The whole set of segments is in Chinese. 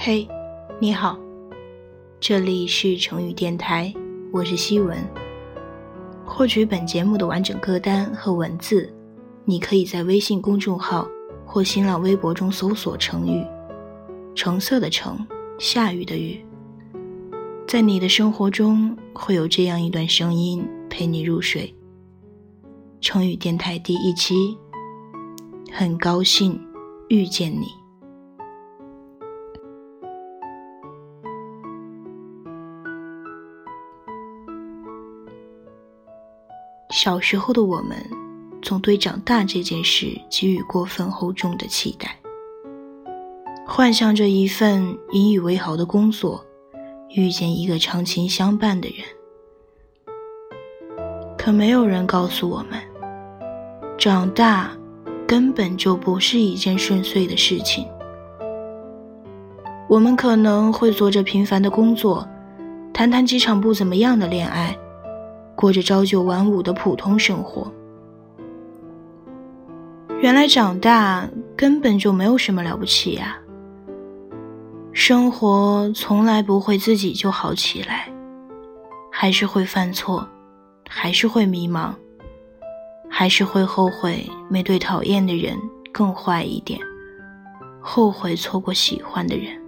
嘿，你好，这里是成语电台，我是希文。获取本节目的完整歌单和文字，你可以在微信公众号或新浪微博中搜索成语，橙色的橙，下雨的雨。在你的生活中会有这样一段声音陪你入睡。成语电台第1期，很高兴遇见你。小时候的我们总对长大这件事给予过分厚重的期待，幻想着一份引以为豪的工作，遇见一个长情相伴的人。可没有人告诉我们，长大根本就不是一件顺遂的事情。我们可能会做着平凡的工作，谈几场不怎么样的恋爱，过着朝九晚五的普通生活。原来长大根本就没有什么了不起呀。生活从来不会自己就好起来，还是会犯错，还是会迷茫，还是会后悔没对讨厌的人更坏一点，后悔错过喜欢的人。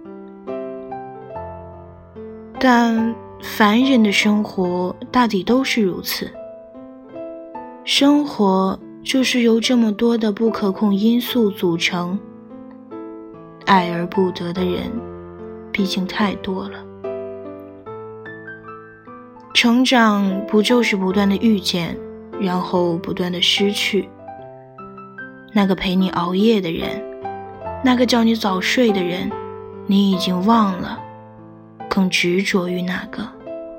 但凡人的生活大抵都是如此，生活就是由这么多的不可控因素组成，爱而不得的人毕竟太多了。成长不就是不断的遇见，然后不断的失去？那个陪你熬夜的人，那个叫你早睡的人，你已经忘了，更执着于那个。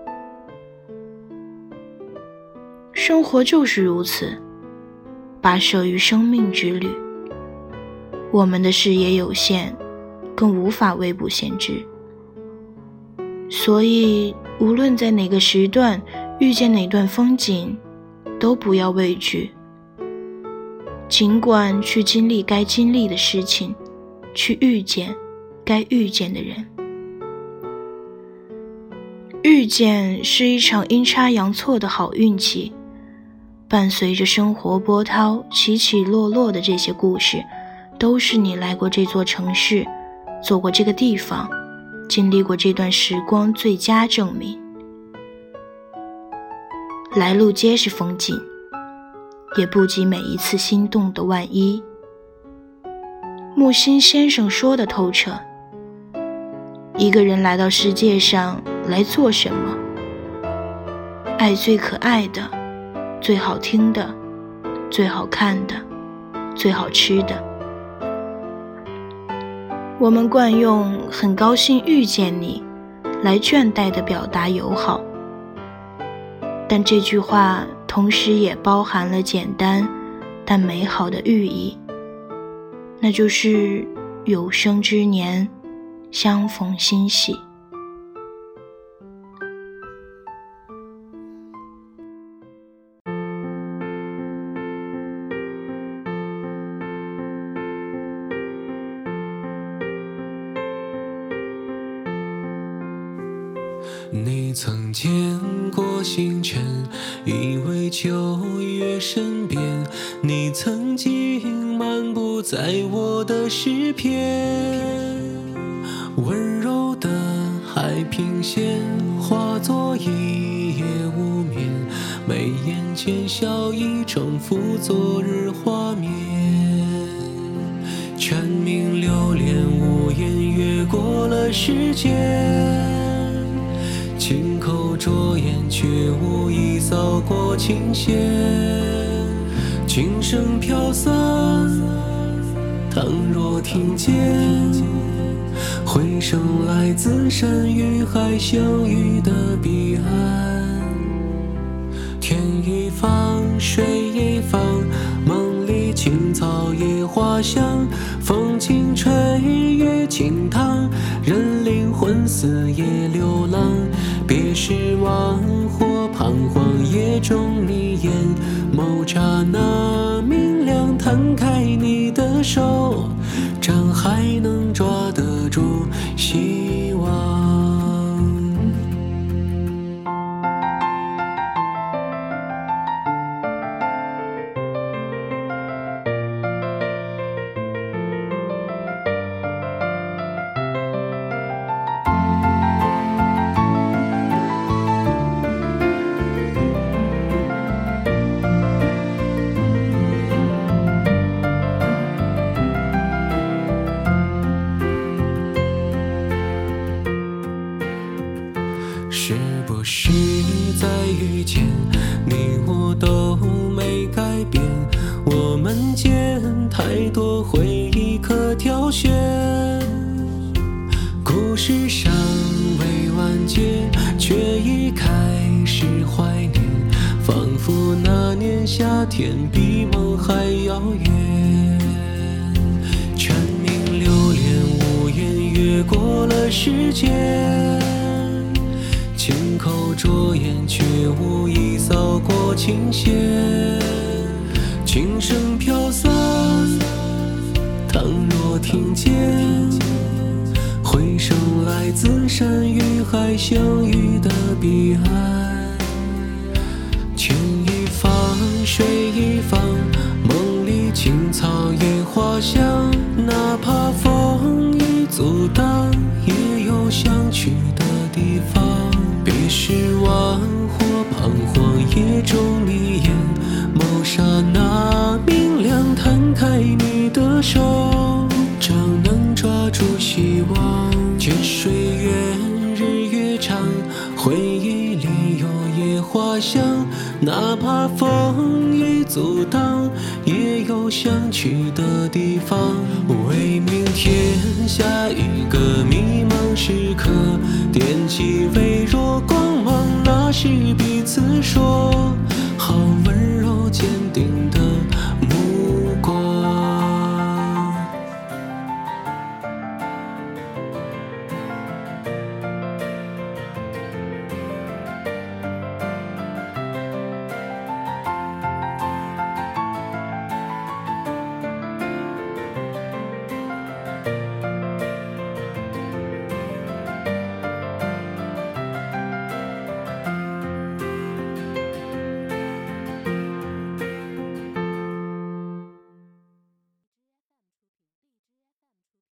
生活就是如此，跋涉于生命之旅。我们的视野有限，更无法未卜先知。所以无论在哪个时段遇见哪段风景，都不要畏惧，尽管去经历该经历的事情，去遇见该遇见的人。遇见是一场阴差阳错的好运气，伴随着生活波涛起起落落的这些故事，都是你来过这座城市，走过这个地方，经历过这段时光最佳证明。来路皆是风景，也不及每一次心动的万一。木心先生说的透彻，一个人来到世界上来做什么？爱最可爱的，最好听的，最好看的，最好吃的。我们惯用很高兴遇见你来倦怠地表达友好，但这句话同时也包含了简单但美好的寓意，那就是有生之年相逢欣喜。 你曾见过星辰，以为就越身边，你曾经漫步在我的诗篇，温柔的海平线化作一夜无眠，眉眼间笑意重复昨日画面，蝉鸣流连无言越过了时间，轻口着眼却无意扫过琴弦，琴声飘散，倘若听见，回声来自山与海相遇的彼岸。天一方，水一方，梦里青草野花香，风轻吹月轻淌，人灵魂似夜流浪，别失望或彷徨，夜中你眼眸刹那明亮，摊开你的手，掌还能抓得住心是不是再遇见你我都没改变，我们间太多回忆可挑选，故事尚未完结，却已开始怀念，仿佛那年夏天比梦还遥远。蝉鸣流连无言，越过了时间，轻口着眼，却无意扫过琴弦。琴声飘散，倘若听见，回声来自山与海相遇的彼岸。情一方，水一方，梦里青草野花香，哪怕风雨阻挡，也有想去的地方。别失望或彷徨，夜中你眼眸刹那明亮，摊开你的手，掌能抓住希望。借水远，日月长，回忆里有野花香，哪怕风雨阻挡，也有想去的地方。为明天下一个迷茫时刻，点击微弱光芒，那是彼此说